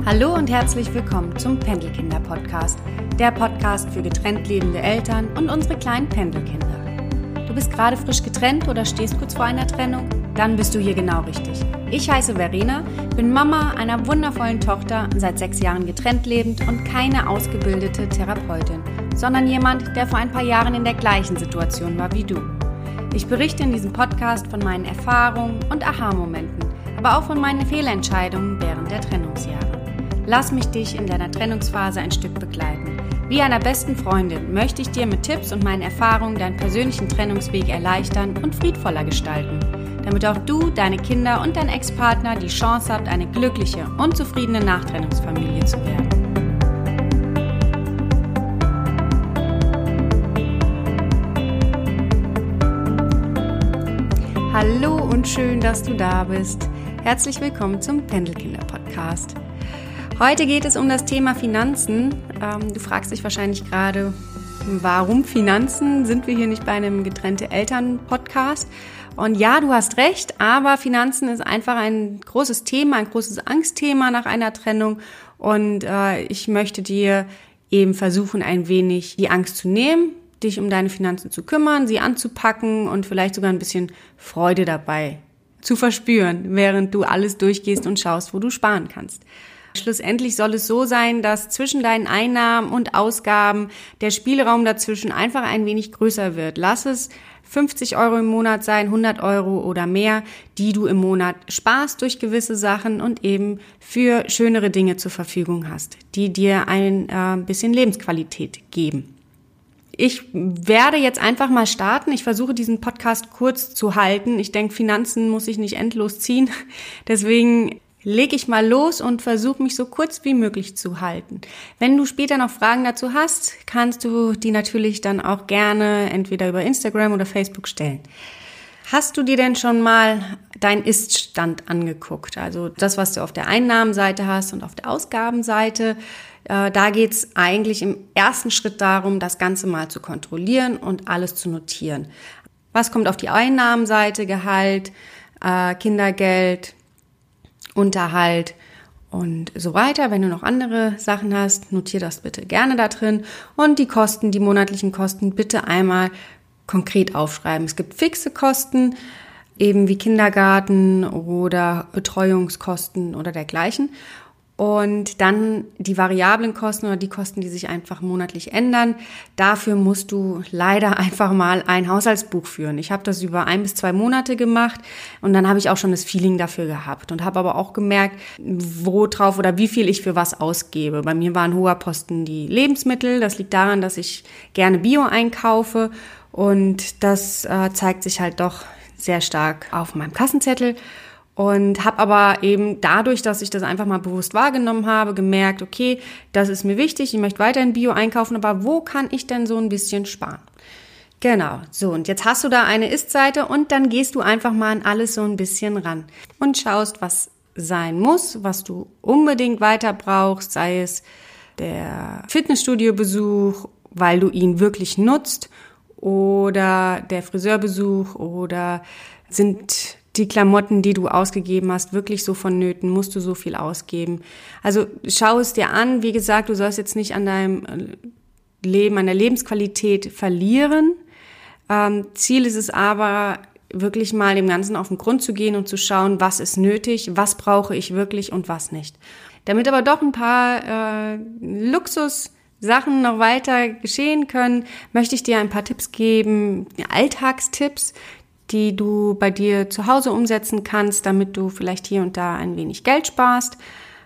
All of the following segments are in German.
Hallo und herzlich willkommen zum Pendelkinder-Podcast, der Podcast für getrennt lebende Eltern und unsere kleinen Pendelkinder. Du bist gerade frisch getrennt oder stehst kurz vor einer Trennung? Dann bist du hier genau richtig. Ich heiße Verena, bin Mama einer wundervollen Tochter, seit 6 Jahren getrennt lebend und keine ausgebildete Therapeutin, sondern jemand, der vor ein paar Jahren in der gleichen Situation war wie du. Ich berichte in diesem Podcast von meinen Erfahrungen und Aha-Momenten, aber auch von meinen Fehlentscheidungen während der Trennungsjahre. Lass mich dich in deiner Trennungsphase ein Stück begleiten. Wie einer besten Freundin möchte ich dir mit Tipps und meinen Erfahrungen deinen persönlichen Trennungsweg erleichtern und friedvoller gestalten, damit auch du, deine Kinder und dein Ex-Partner die Chance habt, eine glückliche und zufriedene Nachtrennungsfamilie zu werden. Hallo und schön, dass du da bist. Herzlich willkommen zum Pendelkinder-Podcast. Heute geht es um das Thema Finanzen. Du fragst dich wahrscheinlich gerade, warum Finanzen? Sind wir hier nicht bei einem getrennte Eltern-Podcast? Und ja, du hast recht, aber Finanzen ist einfach ein großes Thema, ein großes Angstthema nach einer Trennung. Und ich möchte dir eben versuchen, ein wenig die Angst zu nehmen, dich um deine Finanzen zu kümmern, sie anzupacken und vielleicht sogar ein bisschen Freude dabei zu verspüren, während du alles durchgehst und schaust, wo du sparen kannst. Schlussendlich soll es so sein, dass zwischen deinen Einnahmen und Ausgaben der Spielraum dazwischen einfach ein wenig größer wird. Lass es 50 € im Monat sein, 100 € oder mehr, die du im Monat sparst durch gewisse Sachen und eben für schönere Dinge zur Verfügung hast, die dir ein bisschen Lebensqualität geben. Ich werde jetzt einfach mal starten. Ich versuche, diesen Podcast kurz zu halten. Ich denke, Finanzen muss ich nicht endlos ziehen. Deswegen lege ich mal los und versuche, mich so kurz wie möglich zu halten. Wenn du später noch Fragen dazu hast, kannst du die natürlich dann auch gerne entweder über Instagram oder Facebook stellen. Hast du dir denn schon mal deinen Ist-Stand angeguckt? Also das, was du auf der Einnahmenseite hast und auf der Ausgabenseite. Da geht's eigentlich im ersten Schritt darum, das Ganze mal zu kontrollieren und alles zu notieren. Was kommt auf die Einnahmenseite? Gehalt, Kindergeld, Unterhalt und so weiter. Wenn du noch andere Sachen hast, notier das bitte gerne da drin. Und die Kosten, die monatlichen Kosten, bitte einmal konkret aufschreiben. Es gibt fixe Kosten, eben wie Kindergarten oder Betreuungskosten oder dergleichen. Und dann die variablen Kosten oder die Kosten, die sich einfach monatlich ändern. Dafür musst du leider einfach mal ein Haushaltsbuch führen. Ich habe das über 1 bis 2 Monate gemacht und dann habe ich auch schon das Feeling dafür gehabt und habe aber auch gemerkt, wo drauf oder wie viel ich für was ausgebe. Bei mir war ein hoher Posten die Lebensmittel. Das liegt daran, dass ich gerne Bio einkaufe und das zeigt sich halt doch sehr stark auf meinem Kassenzettel. Und habe aber eben dadurch, dass ich das einfach mal bewusst wahrgenommen habe, gemerkt, okay, das ist mir wichtig, ich möchte weiterhin Bio einkaufen, aber wo kann ich denn so ein bisschen sparen? Genau, so und jetzt hast du da eine Ist-Seite und dann gehst du einfach mal an alles so ein bisschen ran und schaust, was sein muss, was du unbedingt weiter brauchst, sei es der Fitnessstudio-Besuch, weil du ihn wirklich nutzt, oder der Friseurbesuch, oder sind die Klamotten, die du ausgegeben hast, wirklich so vonnöten? Musst du so viel ausgeben? Also schau es dir an. Wie gesagt, du sollst jetzt nicht an deinem Leben, an der Lebensqualität verlieren. Ziel ist es aber, wirklich mal dem Ganzen auf den Grund zu gehen und zu schauen, was ist nötig, was brauche ich wirklich und was nicht. Damit aber doch ein paar Luxussachen noch weiter geschehen können, möchte ich dir ein paar Tipps geben, Alltagstipps, die du bei dir zu Hause umsetzen kannst, damit du vielleicht hier und da ein wenig Geld sparst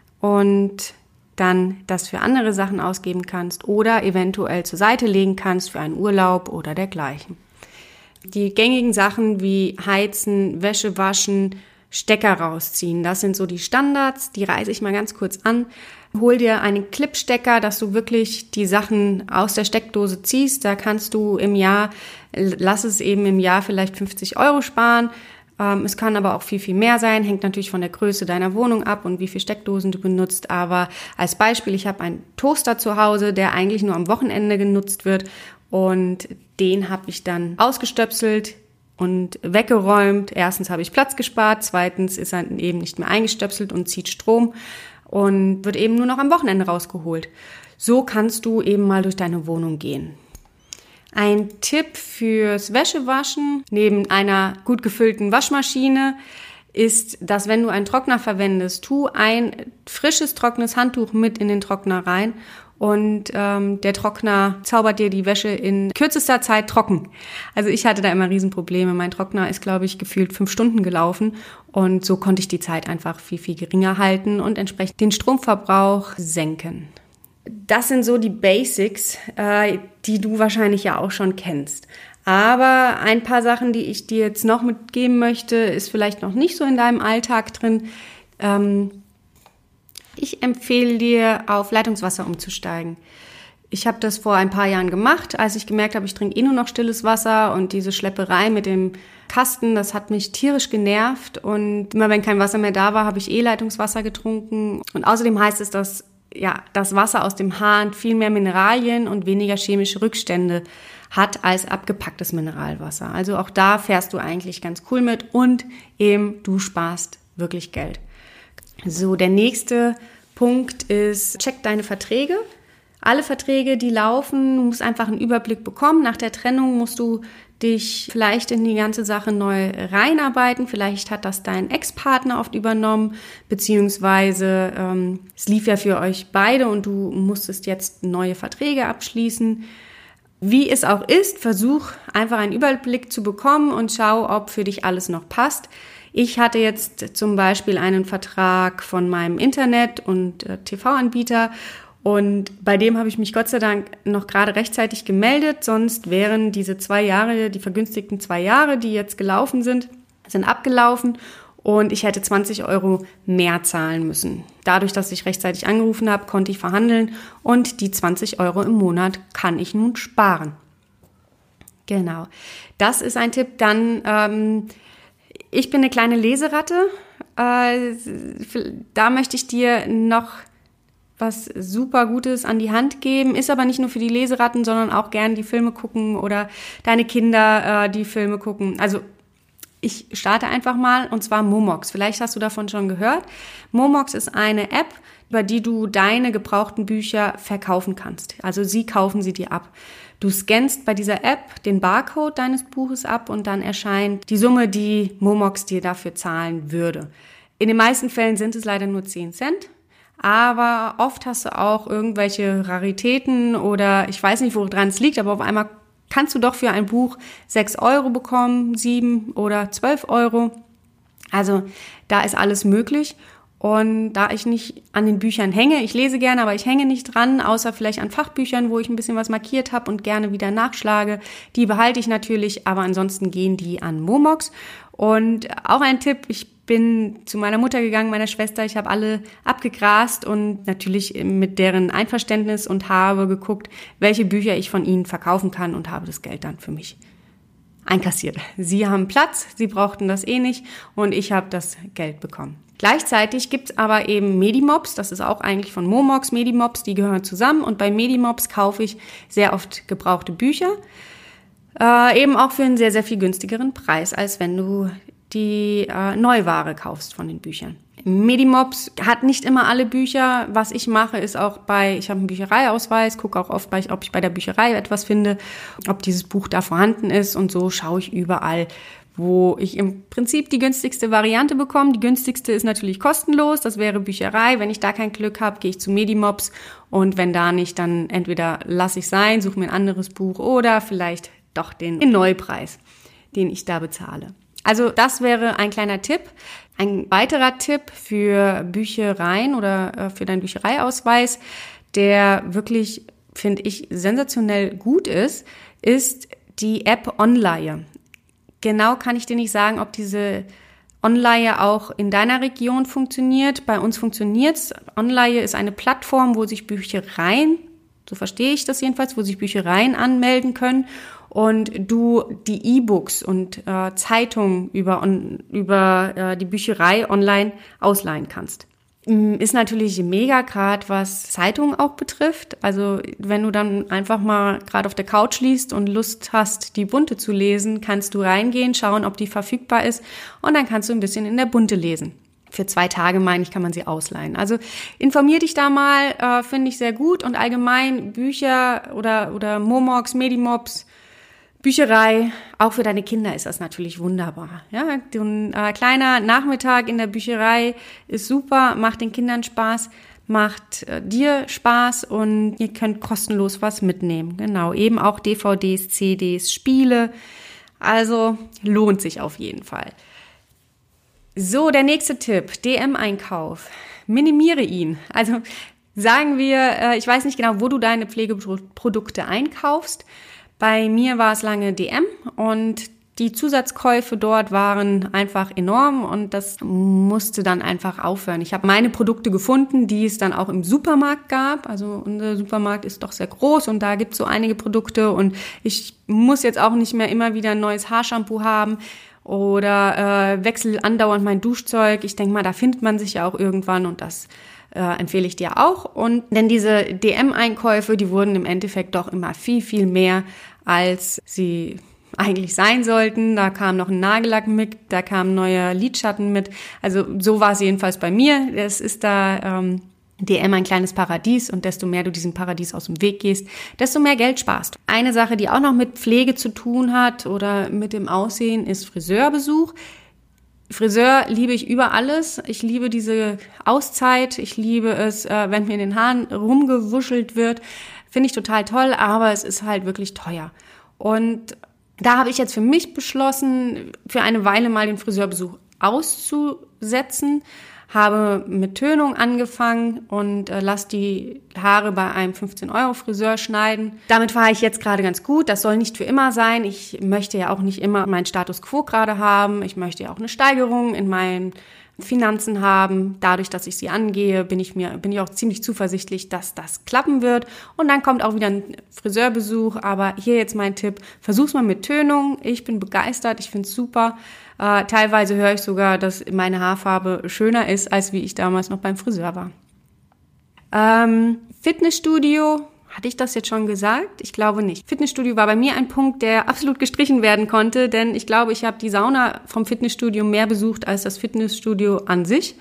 und dann das für andere Sachen ausgeben kannst oder eventuell zur Seite legen kannst für einen Urlaub oder dergleichen. Die gängigen Sachen wie Heizen, Wäsche waschen, Stecker rausziehen, das sind so die Standards, die reiße ich mal ganz kurz an. Hol dir einen Clipstecker, dass du wirklich die Sachen aus der Steckdose ziehst. Da kannst du im Jahr, lass es eben im Jahr vielleicht 50 € sparen. Es kann aber auch viel, viel mehr sein. Hängt natürlich von der Größe deiner Wohnung ab und wie viele Steckdosen du benutzt. Aber als Beispiel, ich habe einen Toaster zu Hause, der eigentlich nur am Wochenende genutzt wird. Und den habe ich dann ausgestöpselt und weggeräumt. Erstens habe ich Platz gespart. Zweitens ist er eben nicht mehr eingestöpselt und zieht Strom. und wird eben nur noch am Wochenende rausgeholt. So kannst du eben mal durch deine Wohnung gehen. Ein Tipp fürs Wäschewaschen neben einer gut gefüllten Waschmaschine ist, dass wenn du einen Trockner verwendest, tu ein frisches, trockenes Handtuch mit in den Trockner rein und der Trockner zaubert dir die Wäsche in kürzester Zeit trocken. Also ich hatte da immer Riesenprobleme. Mein Trockner ist, glaube ich, gefühlt 5 Stunden gelaufen und so konnte ich die Zeit einfach viel, viel geringer halten und entsprechend den Stromverbrauch senken. Das sind so die Basics, die du wahrscheinlich ja auch schon kennst. Aber ein paar Sachen, die ich dir jetzt noch mitgeben möchte, ist vielleicht noch nicht so in deinem Alltag drin. Ich empfehle dir, auf Leitungswasser umzusteigen. Ich habe das vor ein paar Jahren gemacht, als ich gemerkt habe, ich trinke nur noch stilles Wasser und diese Schlepperei mit dem Kasten, das hat mich tierisch genervt. Und immer wenn kein Wasser mehr da war, habe ich Leitungswasser getrunken. Und außerdem heißt es, dass das Wasser aus dem Hahn viel mehr Mineralien und weniger chemische Rückstände hat als abgepacktes Mineralwasser. Also auch da fährst du eigentlich ganz cool mit und eben du sparst wirklich Geld. So, der nächste Punkt ist, check deine Verträge. Alle Verträge, die laufen, du musst einfach einen Überblick bekommen. Nach der Trennung musst du dich vielleicht in die ganze Sache neu reinarbeiten. Vielleicht hat das dein Ex-Partner oft übernommen, beziehungsweise es lief ja für euch beide und du musstest jetzt neue Verträge abschließen. Wie es auch ist, versuch einfach einen Überblick zu bekommen und schau, ob für dich alles noch passt. Ich hatte jetzt zum Beispiel einen Vertrag von meinem Internet- und TV-Anbieter und bei dem habe ich mich Gott sei Dank noch gerade rechtzeitig gemeldet, sonst wären diese 2 Jahre, die vergünstigten 2 Jahre, die jetzt gelaufen sind abgelaufen und ich hätte 20 € mehr zahlen müssen. Dadurch, dass ich rechtzeitig angerufen habe, konnte ich verhandeln und die 20 € im Monat kann ich nun sparen. Genau, das ist ein Tipp. Dann, ich bin eine kleine Leseratte. Da möchte ich dir noch was super Gutes an die Hand geben. Ist aber nicht nur für die Leseratten, sondern auch gern die Filme gucken oder deine Kinder die Filme gucken. Also ich starte einfach mal und zwar Momox. Vielleicht hast du davon schon gehört. Momox ist eine App, über die du deine gebrauchten Bücher verkaufen kannst. Also sie kaufen sie dir ab. Du scannst bei dieser App den Barcode deines Buches ab und dann erscheint die Summe, die Momox dir dafür zahlen würde. In den meisten Fällen sind es leider nur 10 Cent. Aber oft hast du auch irgendwelche Raritäten oder ich weiß nicht, woran es liegt, aber auf einmal kannst du doch für ein Buch 6 € bekommen, 7 oder 12 €. Also da ist alles möglich. Und da ich nicht an den Büchern hänge, ich lese gerne, aber ich hänge nicht dran, außer vielleicht an Fachbüchern, wo ich ein bisschen was markiert habe und gerne wieder nachschlage. Die behalte ich natürlich, aber ansonsten gehen die an Momox. Und auch ein Tipp, ich bin zu meiner Mutter gegangen, meiner Schwester, ich habe alle abgegrast und natürlich mit deren Einverständnis und habe geguckt, welche Bücher ich von ihnen verkaufen kann und habe das Geld dann für mich einkassiert. Sie haben Platz, sie brauchten das nicht und ich habe das Geld bekommen. Gleichzeitig gibt's aber eben Medimobs, das ist auch eigentlich von Momox, Medimobs, die gehören zusammen und bei Medimobs kaufe ich sehr oft gebrauchte Bücher, eben auch für einen sehr, sehr viel günstigeren Preis, als wenn du die Neuware kaufst von den Büchern. Medimobs hat nicht immer alle Bücher. Was ich mache, ist auch ich habe einen Büchereiausweis, gucke auch oft, ob ich bei der Bücherei etwas finde, ob dieses Buch da vorhanden ist und so schaue ich überall, wo ich im Prinzip die günstigste Variante bekomme. Die günstigste ist natürlich kostenlos, das wäre Bücherei. Wenn ich da kein Glück habe, gehe ich zu Medimobs und wenn da nicht, dann entweder lasse ich sein, suche mir ein anderes Buch oder vielleicht doch den Neupreis, den ich da bezahle. Also das wäre ein kleiner Tipp. Ein weiterer Tipp für Büchereien oder für deinen Büchereiausweis, der wirklich, finde ich, sensationell gut ist die App Onleihe. Genau kann ich dir nicht sagen, ob diese Onleihe auch in deiner Region funktioniert. Bei uns funktioniert's. Onleihe ist eine Plattform, wo sich Büchereien, so verstehe ich das jedenfalls, wo sich Büchereien anmelden können und du die E-Books und Zeitungen über die Bücherei online ausleihen kannst. Ist natürlich mega, gerade was Zeitungen auch betrifft. Also wenn du dann einfach mal gerade auf der Couch liest und Lust hast, die Bunte zu lesen, kannst du reingehen, schauen, ob die verfügbar ist und dann kannst du ein bisschen in der Bunte lesen. Für 2 Tage, meine ich, kann man sie ausleihen. Also informier dich da mal, finde ich sehr gut. Und allgemein Bücher oder Momox, Medimobs, Bücherei, auch für deine Kinder ist das natürlich wunderbar. Ja, ein kleiner Nachmittag in der Bücherei ist super, macht den Kindern Spaß, macht dir Spaß und ihr könnt kostenlos was mitnehmen. Genau, eben auch DVDs, CDs, Spiele. Also lohnt sich auf jeden Fall. So, der nächste Tipp, DM-Einkauf. Minimiere ihn. Also sagen wir, ich weiß nicht genau, wo du deine Pflegeprodukte einkaufst. Bei mir war es lange DM und die Zusatzkäufe dort waren einfach enorm und das musste dann einfach aufhören. Ich habe meine Produkte gefunden, die es dann auch im Supermarkt gab. Also unser Supermarkt ist doch sehr groß und da gibt es so einige Produkte und ich muss jetzt auch nicht mehr immer wieder ein neues Haarshampoo haben oder wechsel andauernd mein Duschzeug. Ich denke mal, da findet man sich ja auch irgendwann und das empfehle ich dir auch. Und denn diese DM-Einkäufe, die wurden im Endeffekt doch immer viel, viel mehr, als sie eigentlich sein sollten. Da kam noch ein Nagellack mit, da kam ein neuer Lidschatten mit. Also so war es jedenfalls bei mir. Es ist da DM ein kleines Paradies und desto mehr du diesem Paradies aus dem Weg gehst, desto mehr Geld sparst. Eine Sache, die auch noch mit Pflege zu tun hat oder mit dem Aussehen, ist Friseurbesuch. Friseur liebe ich über alles. Ich liebe diese Auszeit. Ich liebe es, wenn mir in den Haaren rumgewuschelt wird. Finde ich total toll, aber es ist halt wirklich teuer. Und da habe ich jetzt für mich beschlossen, für eine Weile mal den Friseurbesuch auszusetzen. Habe mit Tönung angefangen und lasse die Haare bei einem 15-Euro-Friseur schneiden. Damit fahre ich jetzt gerade ganz gut. Das soll nicht für immer sein. Ich möchte ja auch nicht immer meinen Status quo gerade haben. Ich möchte ja auch eine Steigerung in meinen Finanzen haben. Dadurch, dass ich sie angehe, bin ich auch ziemlich zuversichtlich, dass das klappen wird. Und dann kommt auch wieder ein Friseurbesuch. Aber hier jetzt mein Tipp, versuch's mal mit Tönung. Ich bin begeistert, ich finde es super. Teilweise höre ich sogar, dass meine Haarfarbe schöner ist, als wie ich damals noch beim Friseur war. Fitnessstudio, hatte ich das jetzt schon gesagt? Ich glaube nicht. Fitnessstudio war bei mir ein Punkt, der absolut gestrichen werden konnte, denn ich glaube, ich habe die Sauna vom Fitnessstudio mehr besucht als das Fitnessstudio an sich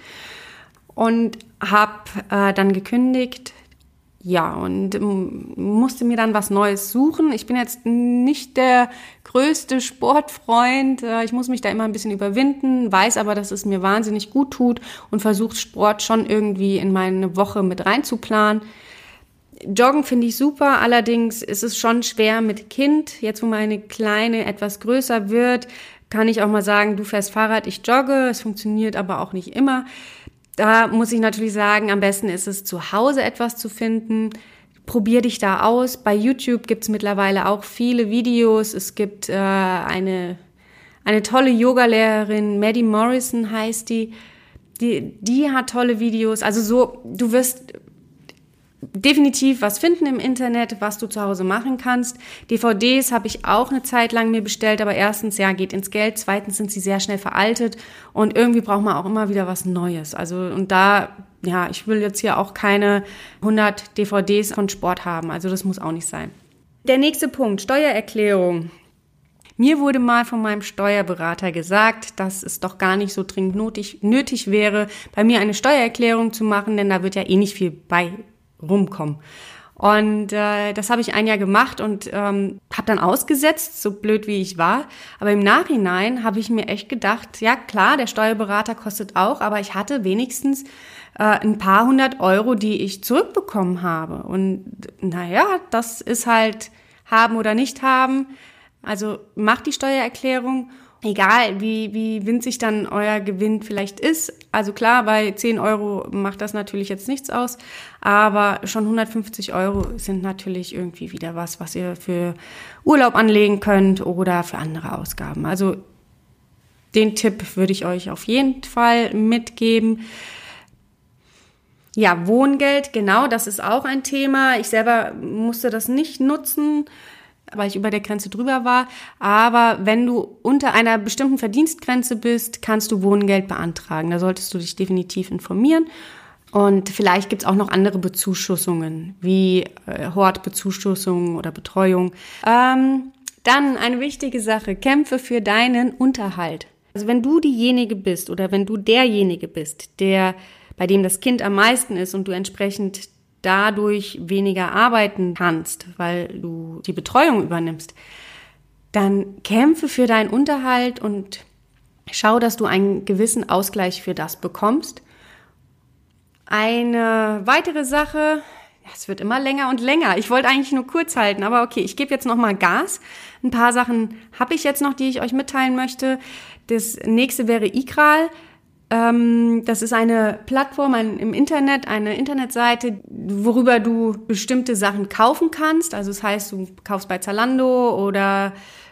und habe dann gekündigt. Ja, und musste mir dann was Neues suchen. Ich bin jetzt nicht der größte Sportfreund. Ich muss mich da immer ein bisschen überwinden, weiß aber, dass es mir wahnsinnig gut tut und versuche Sport schon irgendwie in meine Woche mit reinzuplanen. Joggen finde ich super, allerdings ist es schon schwer mit Kind. Jetzt, wo meine Kleine etwas größer wird, kann ich auch mal sagen, du fährst Fahrrad, ich jogge. Es funktioniert aber auch nicht immer. Da muss ich natürlich sagen, am besten ist es, zu Hause etwas zu finden. Probier dich da aus. Bei YouTube gibt es mittlerweile auch viele Videos. Es gibt eine tolle Yogalehrerin, Maddie Morrison heißt die. Die hat tolle Videos. Also so, du wirst definitiv was finden im Internet, was du zu Hause machen kannst. DVDs habe ich auch eine Zeit lang mir bestellt, aber erstens, ja, geht ins Geld, zweitens sind sie sehr schnell veraltet und irgendwie braucht man auch immer wieder was Neues. Also und da, ja, ich will jetzt hier auch keine 100 DVDs von Sport haben, also das muss auch nicht sein. Der nächste Punkt, Steuererklärung. Mir wurde mal von meinem Steuerberater gesagt, dass es doch gar nicht so dringend nötig wäre, bei mir eine Steuererklärung zu machen, denn da wird ja eh nicht viel bei rumkommen. Und das habe ich ein Jahr gemacht und habe dann ausgesetzt, so blöd wie ich war. Aber im Nachhinein habe ich mir echt gedacht, ja klar, der Steuerberater kostet auch, aber ich hatte wenigstens ein paar 100 Euro, die ich zurückbekommen habe. Und naja, das ist halt haben oder nicht haben. Also macht die Steuererklärung. Egal, wie winzig dann euer Gewinn vielleicht ist. Also klar, bei 10 Euro macht das natürlich jetzt nichts aus, aber schon 150 Euro sind natürlich irgendwie wieder was ihr für Urlaub anlegen könnt oder für andere Ausgaben. Also den Tipp würde ich euch auf jeden Fall mitgeben. Ja, Wohngeld, genau, das ist auch ein Thema. Ich selber musste das nicht nutzen, weil ich über der Grenze drüber war. Aber wenn du unter einer bestimmten Verdienstgrenze bist, kannst du Wohngeld beantragen. Da solltest du dich definitiv informieren. Und vielleicht gibt's auch noch andere Bezuschussungen, wie Hortbezuschussung oder Betreuung. Dann eine wichtige Sache, kämpfe für deinen Unterhalt. Also wenn du diejenige bist oder wenn du derjenige bist, bei dem das Kind am meisten ist und du entsprechend dadurch weniger arbeiten kannst, weil du die Betreuung übernimmst, dann kämpfe für deinen Unterhalt und schau, dass du einen gewissen Ausgleich für das bekommst. Eine weitere Sache, es wird immer länger und länger. Ich wollte eigentlich nur kurz halten, aber okay, ich gebe jetzt nochmal Gas. Ein paar Sachen habe ich jetzt noch, die ich euch mitteilen möchte. Das nächste wäre iCral. Das ist eine Plattform im Internet, eine Internetseite, worüber du bestimmte Sachen kaufen kannst. Also das heißt, du kaufst bei Zalando oder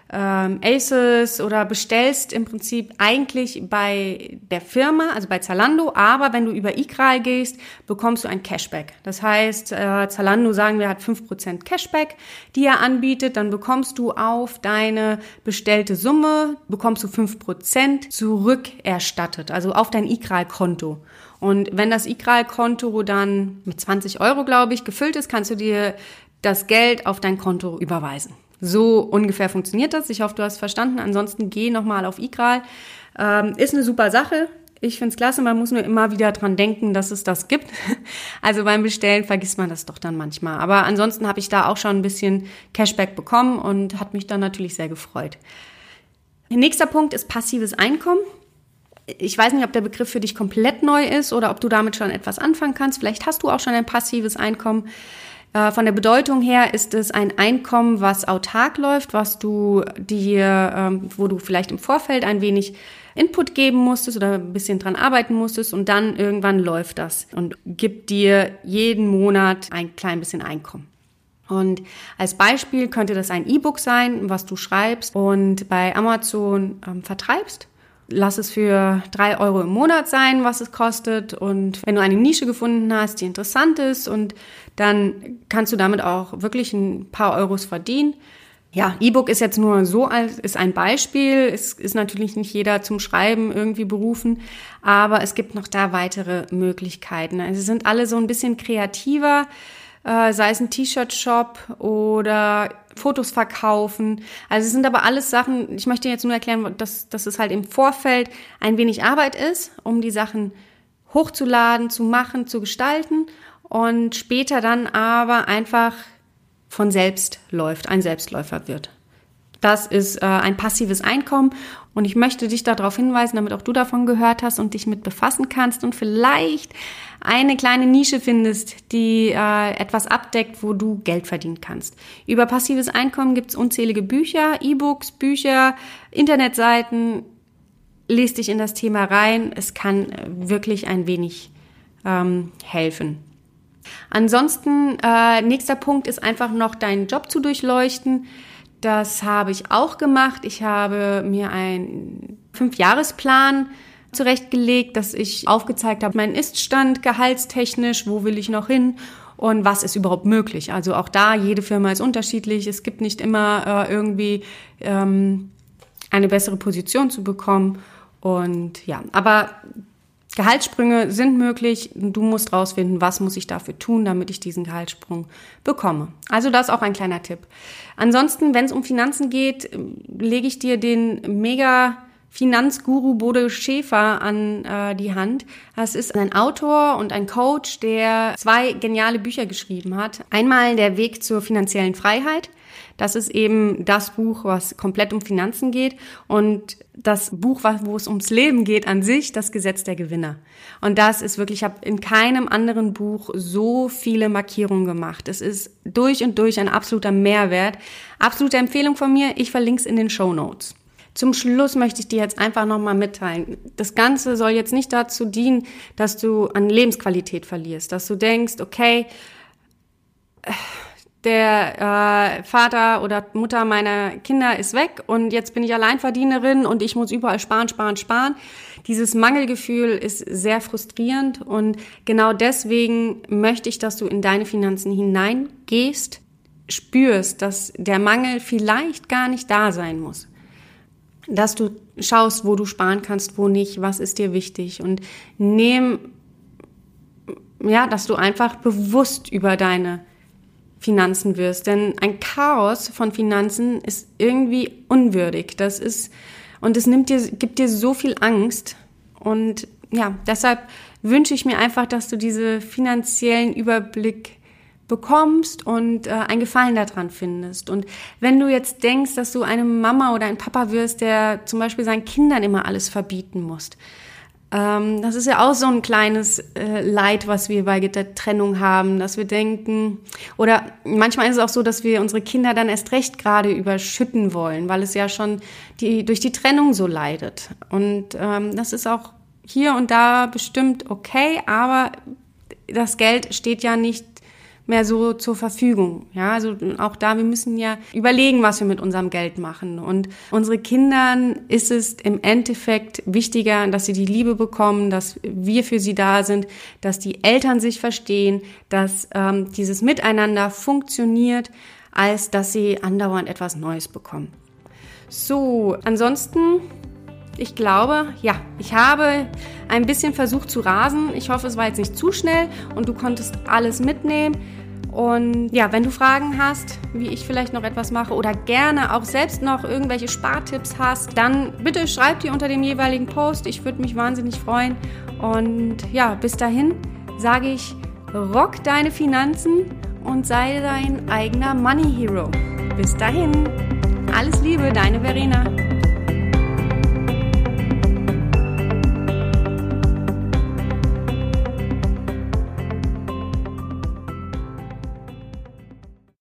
ASOS oder bestellst im Prinzip eigentlich bei der Firma, also bei Zalando, aber wenn du über iCral gehst, bekommst du ein Cashback. Das heißt, Zalando, sagen wir, hat 5% Cashback, die er anbietet, dann bekommst du auf deine bestellte Summe, bekommst du 5% zurückerstattet, also auf dein iCral-Konto. Und wenn das iCral-Konto dann mit 20 €, glaube ich, gefüllt ist, kannst du dir das Geld auf dein Konto überweisen. So ungefähr funktioniert das. Ich hoffe, du hast verstanden. Ansonsten geh nochmal auf iCral. Ist eine super Sache. Ich finde es klasse. Man muss nur immer wieder dran denken, dass es das gibt. Also beim Bestellen vergisst man das doch dann manchmal. Aber ansonsten habe ich da auch schon ein bisschen Cashback bekommen und hat mich dann natürlich sehr gefreut. Nächster Punkt ist passives Einkommen. Ich weiß nicht, ob der Begriff für dich komplett neu ist oder ob du damit schon etwas anfangen kannst. Vielleicht hast du auch schon ein passives Einkommen. Von der Bedeutung her ist es ein Einkommen, was autark läuft, was du wo du vielleicht im Vorfeld ein wenig Input geben musstest oder ein bisschen dran arbeiten musstest und dann irgendwann läuft das und gibt dir jeden Monat ein klein bisschen Einkommen. Und als Beispiel könnte das ein E-Book sein, was du schreibst und bei Amazon vertreibst. Lass es für 3 € im Monat sein, was es kostet. Und wenn du eine Nische gefunden hast, die interessant ist, und dann kannst du damit auch wirklich ein paar Euros verdienen. Ja, E-Book ist jetzt nur so, ist ein Beispiel. Es ist natürlich nicht jeder zum Schreiben irgendwie berufen, aber es gibt noch da weitere Möglichkeiten. Also sie sind alle so ein bisschen kreativer, sei es ein T-Shirt-Shop oder Fotos verkaufen. Also es sind aber alles Sachen, ich möchte jetzt nur erklären, dass es halt im Vorfeld ein wenig Arbeit ist, um die Sachen hochzuladen, zu machen, zu gestalten und später dann aber einfach von selbst läuft, ein Selbstläufer wird. Das ist ein passives Einkommen und ich möchte dich darauf hinweisen, damit auch du davon gehört hast und dich mit befassen kannst und vielleicht eine kleine Nische findest, die etwas abdeckt, wo du Geld verdienen kannst. Über passives Einkommen gibt es unzählige Bücher, E-Books, Bücher, Internetseiten. Lies dich in das Thema rein. Es kann wirklich ein wenig helfen. Ansonsten, nächster Punkt ist einfach noch deinen Job zu durchleuchten. Das habe ich auch gemacht. Ich habe mir einen 5-Jahresplan zurechtgelegt, dass ich aufgezeigt habe, mein Ist-Stand gehaltstechnisch, wo will ich noch hin und was ist überhaupt möglich. Also auch da, jede Firma ist unterschiedlich. Es gibt nicht immer irgendwie eine bessere Position zu bekommen. Und ja, aber Gehaltssprünge sind möglich. Du musst rausfinden, was muss ich dafür tun, damit ich diesen Gehaltssprung bekomme. Also das ist auch ein kleiner Tipp. Ansonsten, wenn es um Finanzen geht, lege ich dir den mega Finanzguru Bodo Schäfer an die Hand. Das ist ein Autor und ein Coach, der 2 geniale Bücher geschrieben hat. Einmal Der Weg zur finanziellen Freiheit. Das ist eben das Buch, was komplett um Finanzen geht. Und das Buch, wo es ums Leben geht an sich, das Gesetz der Gewinner. Und das ist wirklich, ich habe in keinem anderen Buch so viele Markierungen gemacht. Es ist durch und durch ein absoluter Mehrwert. Absolute Empfehlung von mir. Ich verlinke es in den Shownotes. Zum Schluss möchte ich dir jetzt einfach nochmal mitteilen. Das Ganze soll jetzt nicht dazu dienen, dass du an Lebensqualität verlierst. Dass du denkst, okay, der Vater oder Mutter meiner Kinder ist weg und jetzt bin ich Alleinverdienerin und ich muss überall sparen. Dieses Mangelgefühl ist sehr frustrierend und genau deswegen möchte ich, dass du in deine Finanzen hineingehst, spürst, dass der Mangel vielleicht gar nicht da sein muss. Dass du schaust, wo du sparen kannst, wo nicht, was ist dir wichtig und dass du einfach bewusst über deine Finanzen wirst, denn ein Chaos von Finanzen ist irgendwie unwürdig. Das ist Und es gibt dir so viel Angst. Und ja, deshalb wünsche ich mir einfach, dass du diesen finanziellen Überblick bekommst und einen Gefallen daran findest. Und wenn du jetzt denkst, dass du eine Mama oder ein Papa wirst, der zum Beispiel seinen Kindern immer alles verbieten muss, das ist ja auch so ein kleines Leid, was wir bei der Trennung haben, dass wir denken, oder manchmal ist es auch so, dass wir unsere Kinder dann erst recht gerade überschütten wollen, weil es ja schon durch die Trennung so leidet. Und das ist auch hier und da bestimmt okay, aber das Geld steht ja nicht mehr so zur Verfügung. Ja, also auch da, wir müssen ja überlegen, was wir mit unserem Geld machen. Und unsere Kindern ist es im Endeffekt wichtiger, dass sie die Liebe bekommen, dass wir für sie da sind, dass die Eltern sich verstehen, dass dieses Miteinander funktioniert, als dass sie andauernd etwas Neues bekommen. So, ansonsten, ich glaube, ja, ich habe ein bisschen versucht zu rasen. Ich hoffe, es war jetzt nicht zu schnell und du konntest alles mitnehmen. Und ja, wenn du Fragen hast, wie ich vielleicht noch etwas mache oder gerne auch selbst noch irgendwelche Spartipps hast, dann bitte schreib die unter dem jeweiligen Post. Ich würde mich wahnsinnig freuen. Und ja, bis dahin sage ich, rock deine Finanzen und sei dein eigener Money Hero. Bis dahin, alles Liebe, deine Verena.